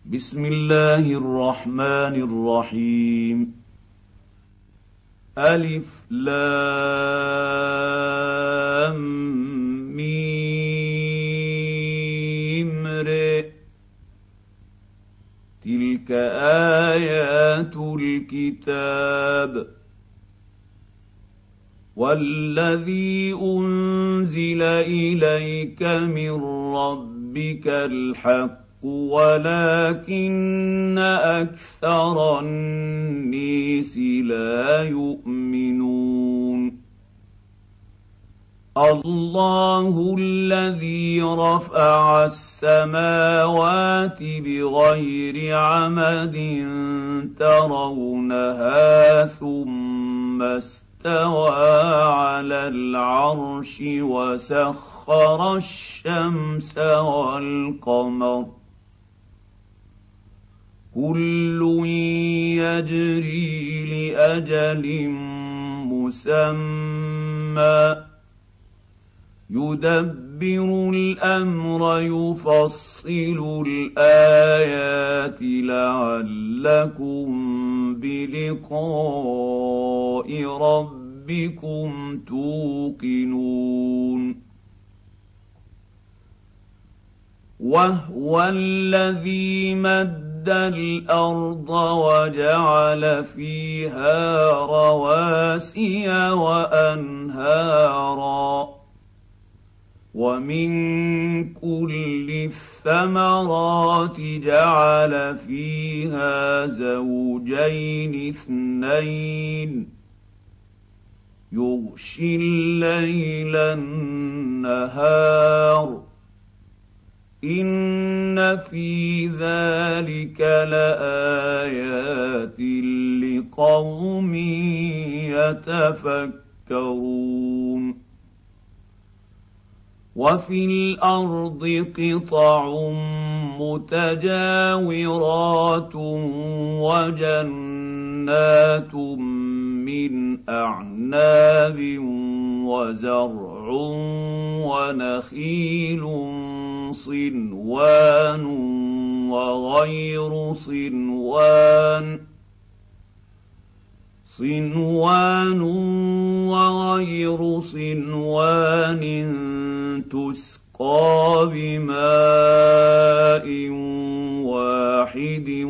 بسم الله الرحمن الرحيم ألف لام ميم ر تلك آيات الكتاب والذي أنزل إليك من ربك الحق ولكن أكثر الناس لا يؤمنون الله الذي رفع السماوات بغير عمد ترونها ثم استوى على العرش وسخر الشمس والقمر كل يجري لأجل مسمى يدبر الأمر يفصل الآيات لعلكم بلقاء ربكم توقنون وهو الذي مد الأرض وجعل فيها رواسي وأنهارا ومن كل الثمرات جعل فيها زوجين اثنين يغشي الليل النهار إن في ذلك لآيات لقوم يتفكرون وفي الأرض قطع متجاورات وجنات من أعناب وزرع ونخيل صنوان وغير صنوان تسقى بماء واحد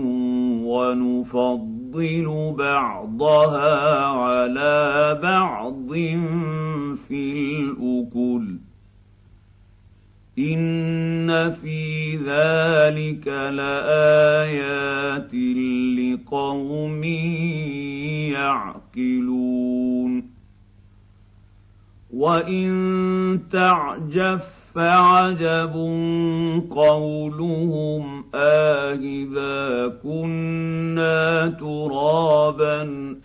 ونفضل بعضها على بعض في الأكل إن في ذلك لآيات لقوم يعقلون وإن تعجب فعجب قولهم أإذا كنا ترابا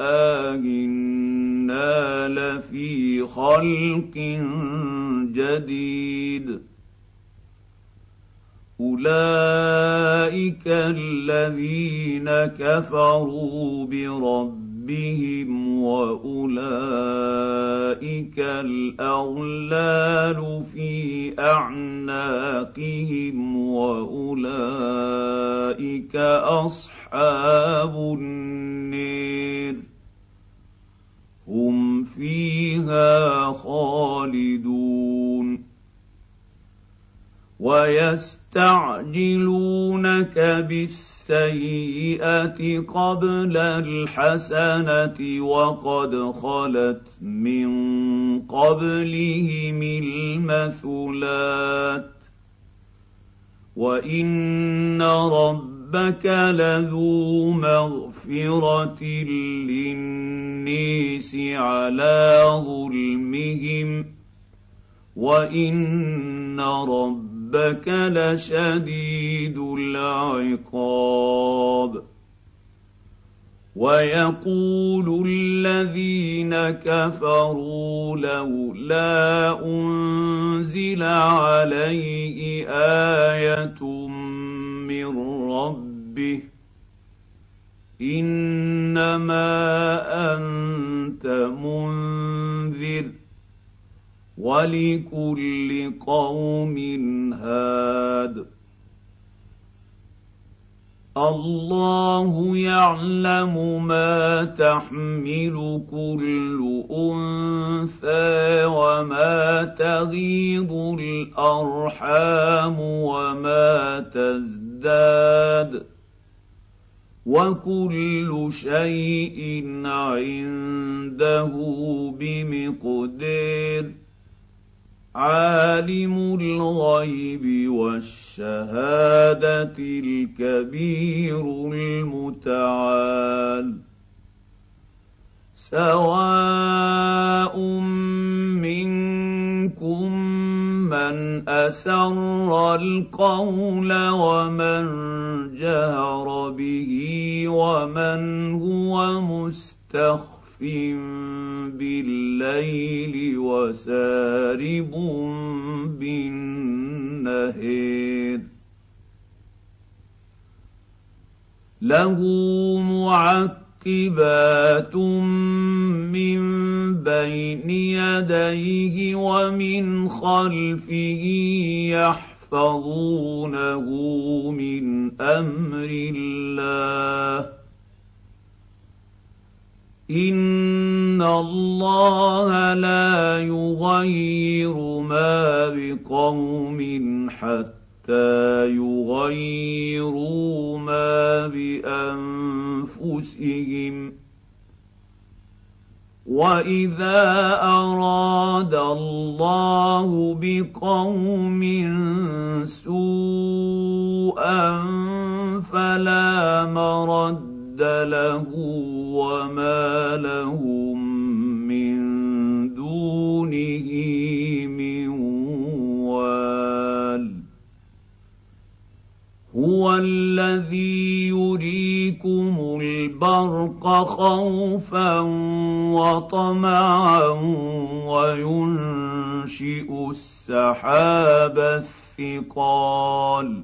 أإنا لفي خلق جديد أولئك الذين كفروا بربهم وأولئك الأغلال في أعناقهم وأولئك أصحاب النار هم فيها خالدون ويستعجلونك بالسيئة قبل الحسنة وقد خلت من قبلهم المثلات وإن ربك لذو مغفرة للناس على ظلمهم وإن ربك لشديد العقاب ويقول الذين كفروا لولا أنزل عليه آية من ربه إنما أنت منذر ولكل قوم هاد الله يعلم ما تحمل كل انثى وما تغيض الارحام وما تزداد وكل شيء عنده بمقدار عالم الغيب والشهاده الكبير المتعال سواء منكم من اسر القول ومن جهر به ومن هو مستخف بالليل وسارب بالنهار له معقبات من بين يديه ومن خلفه يحفظونه من امر الله ان الله لا يغير ما بقوم حتى يغيروا ما بانفسهم واذا اراد الله بقوم سوءا فلا مرد له وما لهم من دونه من وال هو الذي يريكم البرق خوفا وطمعا وينشئ السحاب الثقال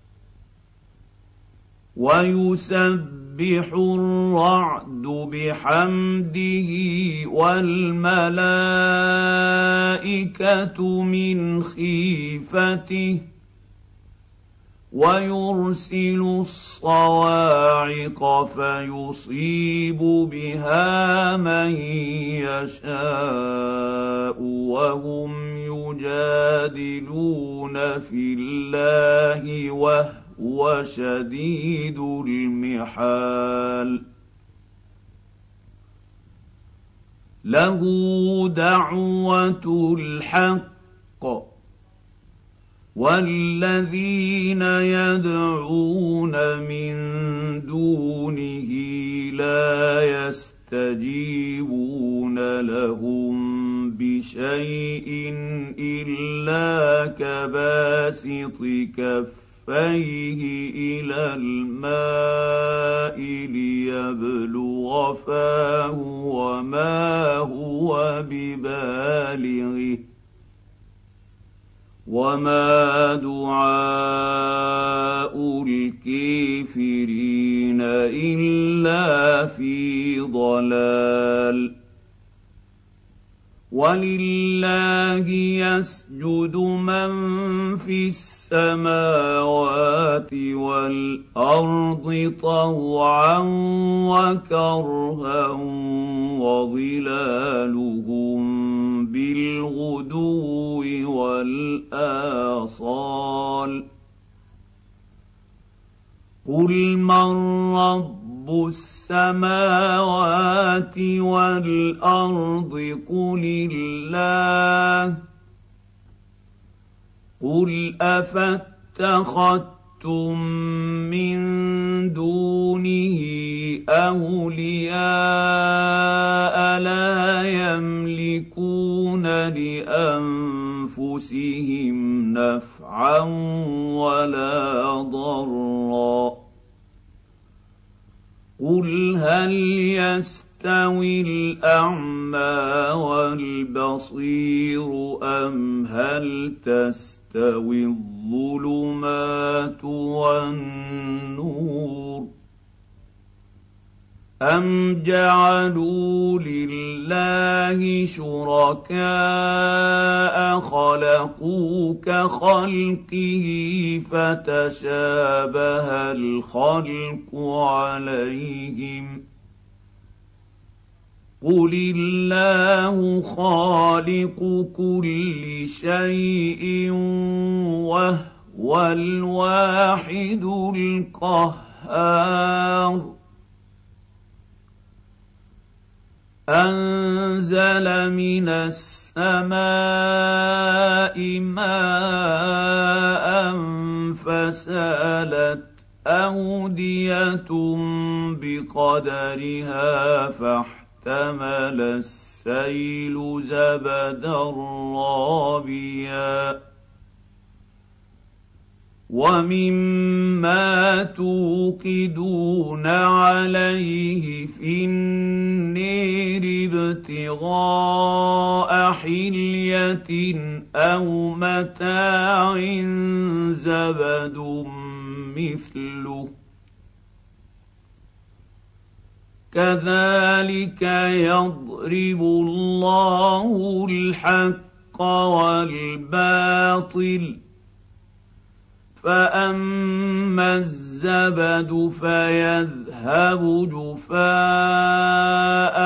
ويسبح الرعد بحمده والملائكة من خيفته ويرسل الصواعق فيصيب بها من يشاء وهم يجادلون في الله وهو شديد المحال له دعوة الحق والذين يدعون من دونه لا يستجيبون لهم بشيء إلا كباسط كفيه إلى الماء ليبلغ فاه وما هو ببالغه وما دعاء الكافرين إلا في ضلال ولله يسجد من في السماوات والأرض طوعا وكرها وظلالهم بالغدو والآصال قل من رب السماوات والأرض قل الله قل أفاتخذتم من دونه أولياء لا يملكون لأنفسهم نفعا ولا ضرا قل هل يستوي الأعمى والبصير أم هل تستوي الظلمات والنور أَمْ جَعَلُوا لِلَّهِ شُرَكَاءَ خَلَقُوا كَخَلْقِهِ فَتَشَابَهَ الْخَلْقُ عَلَيْهِمْ ۚ قُلِ اللَّهُ خَالِقُ كُلِّ شَيْءٍ وَهُوَ الْوَاحِدُ الْقَهَّارُ. أَنزَلَ مِنَ السَّمَاءِ مَاءً فَسَالَتْ أَوْدِيَةٌ بِقَدَرِهَا فَاحْتَمَلَ السَّيْلُ زَبَدًا رَّابِيًا وَمِمَّا تُوقِدُونَ عَلَيْهِ فِي النِّيرِ ابْتِغَاءَ حِلْيَةٍ أَوْ مَتَاعٍ زَبَدٌ مِّثْلُهُ ۚ كَذَٰلِكَ يَضْرِبُ اللَّهُ الْحَقَّ وَالْبَاطِلَ ۚ فَأَمَّا الزَّبَدُ فَيَذْهَبُ جُفَاءً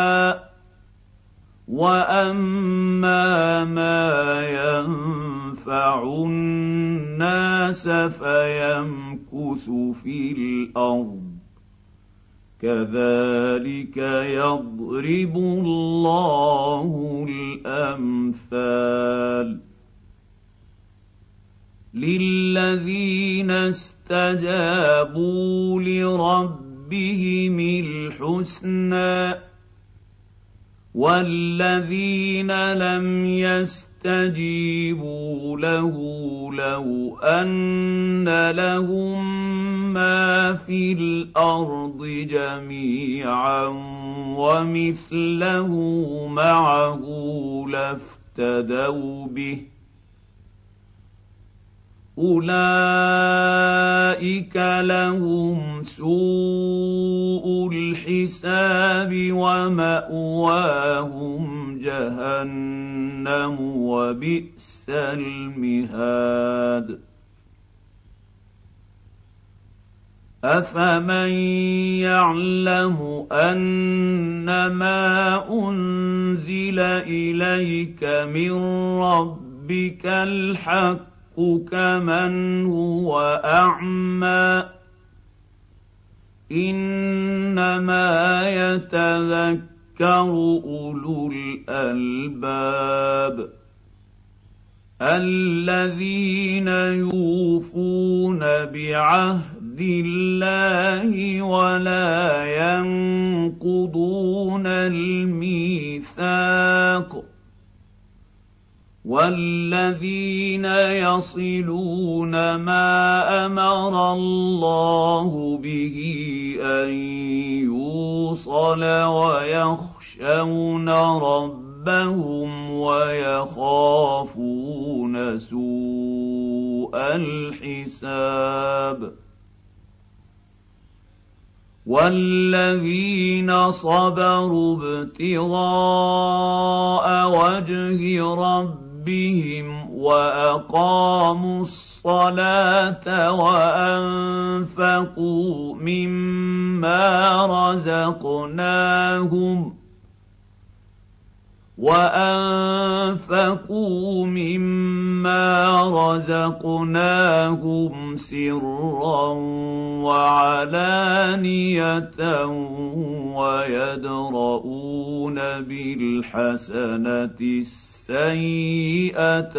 وَأَمَّا مَا يَنفَعُ النَّاسَ فَيَمْكُثُ فِي الْأَرْضِ ۚ كَذَٰلِكَ يَضْرِبُ اللَّهُ الْأَمْثَالَ لِلَّذِينَ اسْتَجَابُوا لِرَبِّهِمِ الْحُسْنَىٰ ۚ وَالَّذِينَ لَمْ يَسْتَجِيبُوا لَهُ لَوْ أَنَّ لَهُم مَّا فِي الْأَرْضِ جَمِيعًا وَمِثْلَهُ مَعَهُ لَافْتَدَوْا بِهِ ۚ أُولَٰئِكَ لَهُمْ سُوءُ الْحِسَابِ وَمَأْوَاهُمْ جَهَنَّمُ وَبِئْسَ الْمِهَادُ أَفَمَن يَعْلَمُ أَنَّمَا أُنزِلَ إِلَيْكَ مِن رَّبِّكَ الْحَقُّ كَمَنْ هُوَ أَعْمَىٰ ۚ إِنَّمَا يَتَذَكَّرُ أُولُو الْأَلْبَابِ الَّذِينَ يُوفُونَ بِعَهْدِ اللَّهِ وَلَا يَنقُضُونَ الْمِيثَاقَ وَالَّذِينَ يَصِلُونَ مَا أَمَرَ اللَّهُ بِهِ أَن يُوصَلَ وَيَخْشَوْنَ رَبَّهُمْ وَيَخَافُونَ سُوءَ الْحِسَابِ وَالَّذِينَ صَبَرُوا ابْتِغَاءَ وَجْهِ رَبِّهِمْ وَأَقَامُوا الصَّلَاةَ وَأَنفَقُوا مِمَّا رَزَقْنَاهُمْ سِرًّا وَعَلَانِيَةً وَيَدْرَءُونَ بِالْحَسَنَةِ السَّيِّئَةَ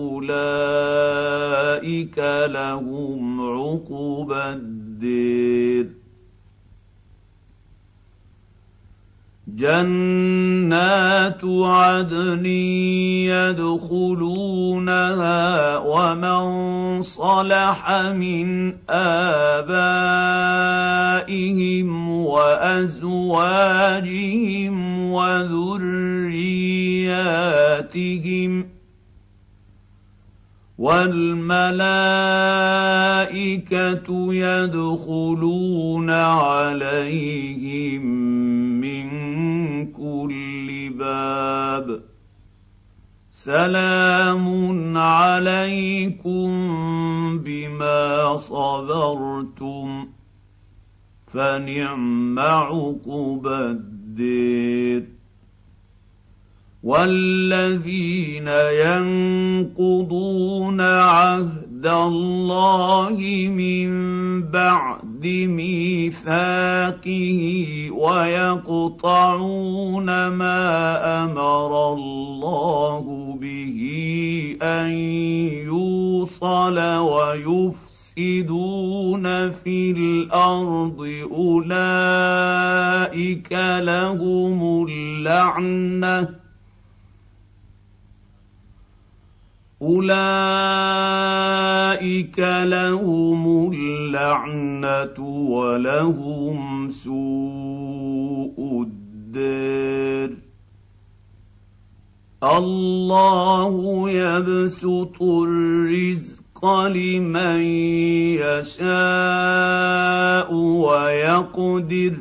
أُولَٰئِكَ لَهُمْ عُقْبَى الدَّارِ جَنَّاتُ عَدْنٍ يَدْخُلُونَهَا وَمَن صَلَحَ مِنْ آبَائِهِمْ وَأَزْوَاجِهِمْ وَذُرِّيَّاتِهِمْ والملائكه يدخلون عليهم من كل باب سلام عليكم بما صبرتم فنعم عقبى الدير والذين ينقضون عهد الله من بعد ميثاقه ويقطعون ما امر الله به ان يوصل ويفسدون في الارض اولئك لهم اللعنة ولهم سوء الدار الله يبسط الرزق لمن يشاء ويقدر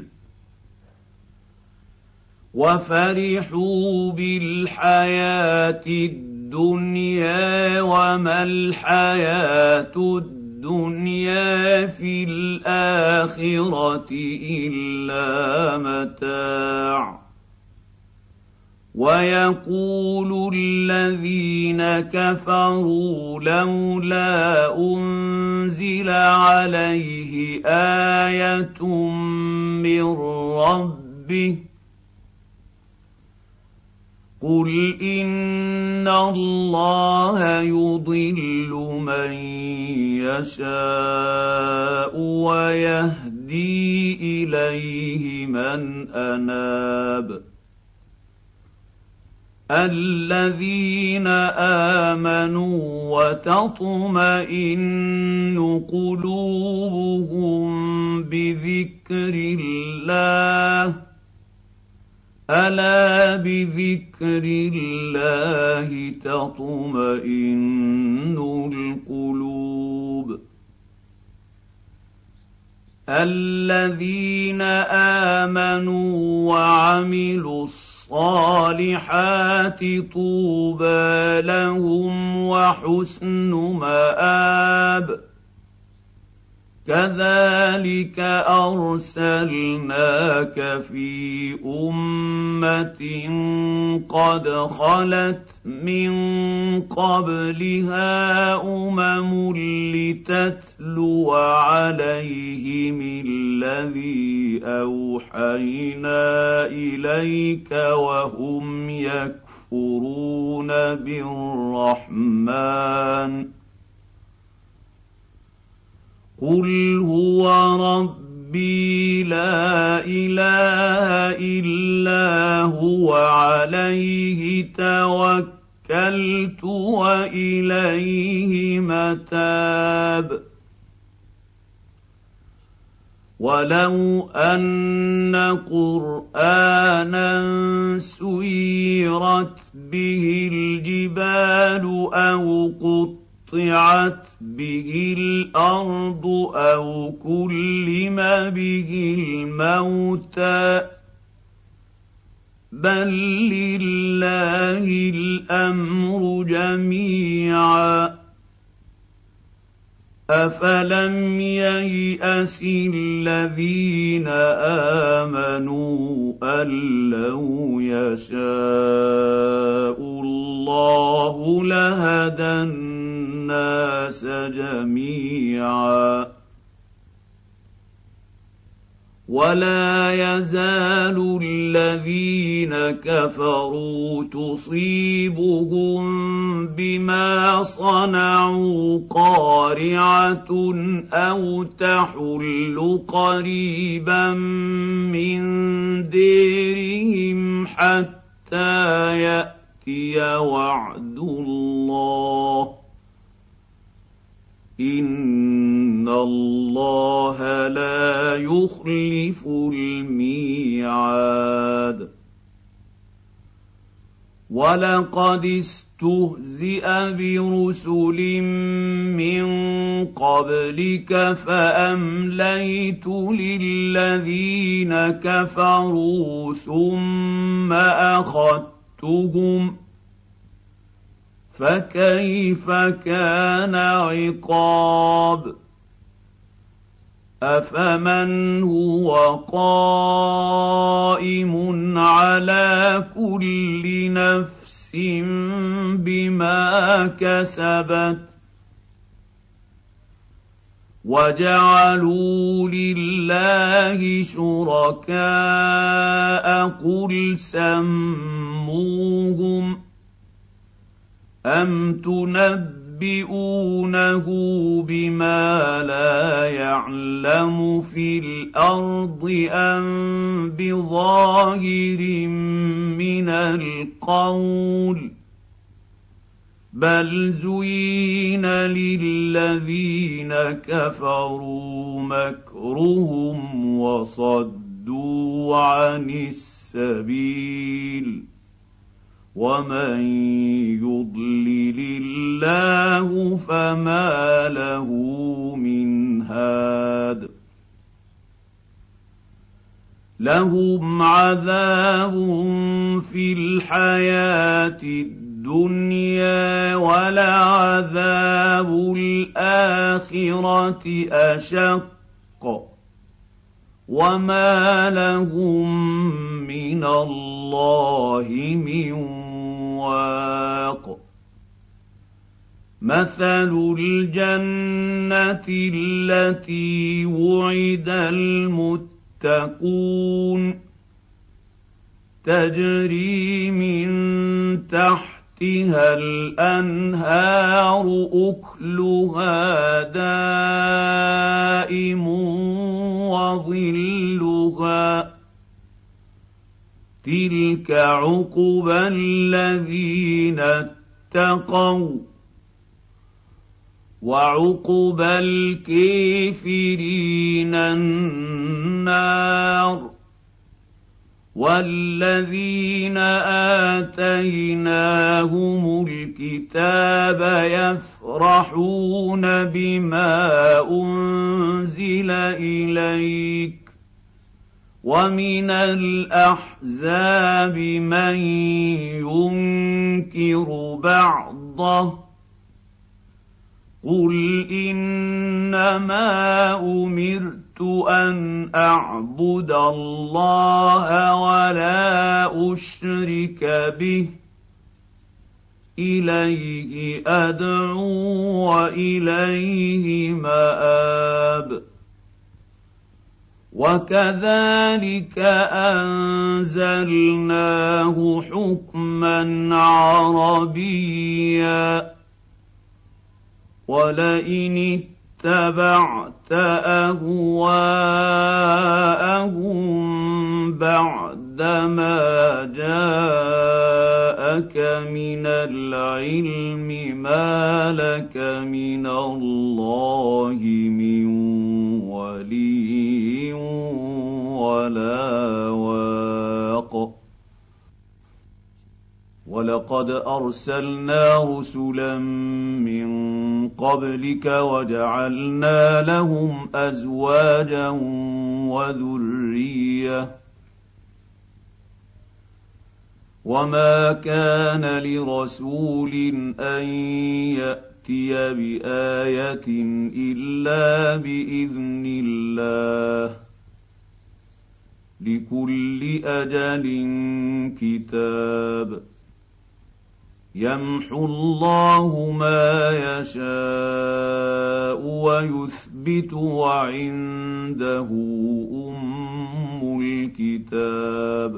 وفرحوا بالحياة الدنيا وما الحياة الدنيا في الآخرة إلا متاع ويقول الذين كفروا لولا أنزل عليه آية من ربه قل إن الله يضل من يشاء ويهدي إليه من أناب الذين آمنوا وتطمئن قلوبهم بذكر الله ألا بذكر الله تطمئن القلوب الذين آمنوا وعملوا الصالحات طوبى لهم وحسن مآب كذلك أرسلناك في أمة قد خلت من قبلها لتتلو عليهم الذي أوحينا إليك وهم يكفرون بالرحمن قل هو ربي لا إله إلا هو عليه توكلت وإليه متاب ولو أن قرآنا سيرت به الجبال أو قطعت به الأرض أو كلم به الموتى بل لله الأمر جميعا أفلم ييأس الذين آمنوا أن لو يشاء الله لهدى الناس جميعا ولا يزال الذين كفروا تصيبهم بما صنعوا قارعة أو تحل قريبا من ديرهم حتى يأتي وعد الله إن الله لا يخلف الميعاد وَلَقَدِ اسْتُهْزِئَ بِرُسُلٍ مِّن قَبْلِكَ فَأَمْلَيْتُ لِلَّذِينَ كَفَرُوا ثُمَّ أَخَذْتُهُمْ فَكَيْفَ كَانَ عِقَابِ أَفَمَنْ هُوَ قَائِمٌ عَلَىٰ كُلِّ نَفْسٍ بِمَا كَسَبَتْ وَجَعَلُوا لِلَّهِ شُرَكَاءَ قُلْ سَمُّوهُمْ أَمْ تُنَبِّئُونَهُ بِمَا لَا يَعْلَمُ فِي الْأَرْضِ أَمْ بِظَاهِرٍ مِّنَ الْقَوْلِ بَلْ زُيِّنَ لِلَّذِينَ كَفَرُوا مَكْرُهُمْ وَصَدُّوا عَنِ السَّبِيلِ وَمَن يُضْلِلِ اللَّهُ فَمَا لَهُ مِنْ هَادٍ لَهُمْ عَذَابٌ فِي الْحَيَاةِ الدُّنْيَا وَلَعَذَابُ الْآخِرَةِ أَشَقُّ وَمَا لَهُم مِّنَ اللَّهِ مِن وَاقٍ مَثَلُ الْجَنَّةِ الَّتِي وُعِدَ الْمُتَّقُونَ تَجْرِي مِن تَحْتِهَا الْأَنْهَارُ أُكُلُهَا دَائِمٌ وَظِلُّهَا تِلْكَ عُقْبَى الَّذِينَ اتَّقَوْا وَعُقْبَى الْكَافِرِينَ النَّارُ وَالَّذِينَ آتَيْنَاهُمُ الْكِتَابَ يَفْرَحُونَ بِمَا أُنزِلَ إِلَيْكَ وَمِنَ الْأَحْزَابِ مَن يُنكِرُ بَعْضَهُ قُلْ إِنَّمَا أُمِرْتُ أَنْ أَعْبُدَ اللَّهَ وَلَا أُشْرِكَ بِهِ إِلَيْهِ أَدْعُو وَإِلَيْهِ مَآبِ وَكَذَلِكَ أَنزَلْنَاهُ حُكْمًا عَرَبِيًّا وَلَئِنِ اتَّبَعْتَ أَهْوَاءَهُم بَعْدَمَا جَاءَكَ مِنَ الْعِلْمِ مَا لَكَ مِنَ اللَّهِ مِن وَلِيٍّ وَلَا وَاقٍ وَلَقَدْ أَرْسَلْنَا رُسُلًا مِّن قَبْلِكَ وَجَعَلْنَا لَهُمْ أَزْوَاجًا وَذُرِّيَّةً وَمَا كَانَ لِرَسُولٍ أَن يَأْتِيَ بِآيَةٍ إِلَّا بِإِذْنِ اللَّهِ لِكُلِّ أَجَلٍ كِتَابٌ يَمْحُو اللَّهُ مَا يَشَاءُ وَيُثْبِتُ وَعِندَهُ أُمُّ الْكِتَابِ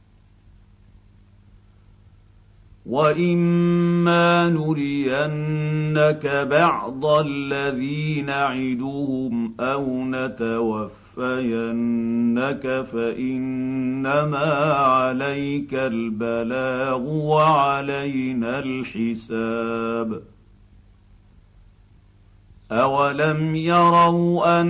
وَإِمَّا نُرِيَنَّكَ بَعْضَ الَّذِي نَعِدُهُمْ أَوْ نَتَوَفَّيَنَّكَ فَإِنَّمَا عَلَيْكَ الْبَلَاغُ وَعَلَيْنَا الْحِسَابُ أَوَلَمْ يَرَوْا أَنَّ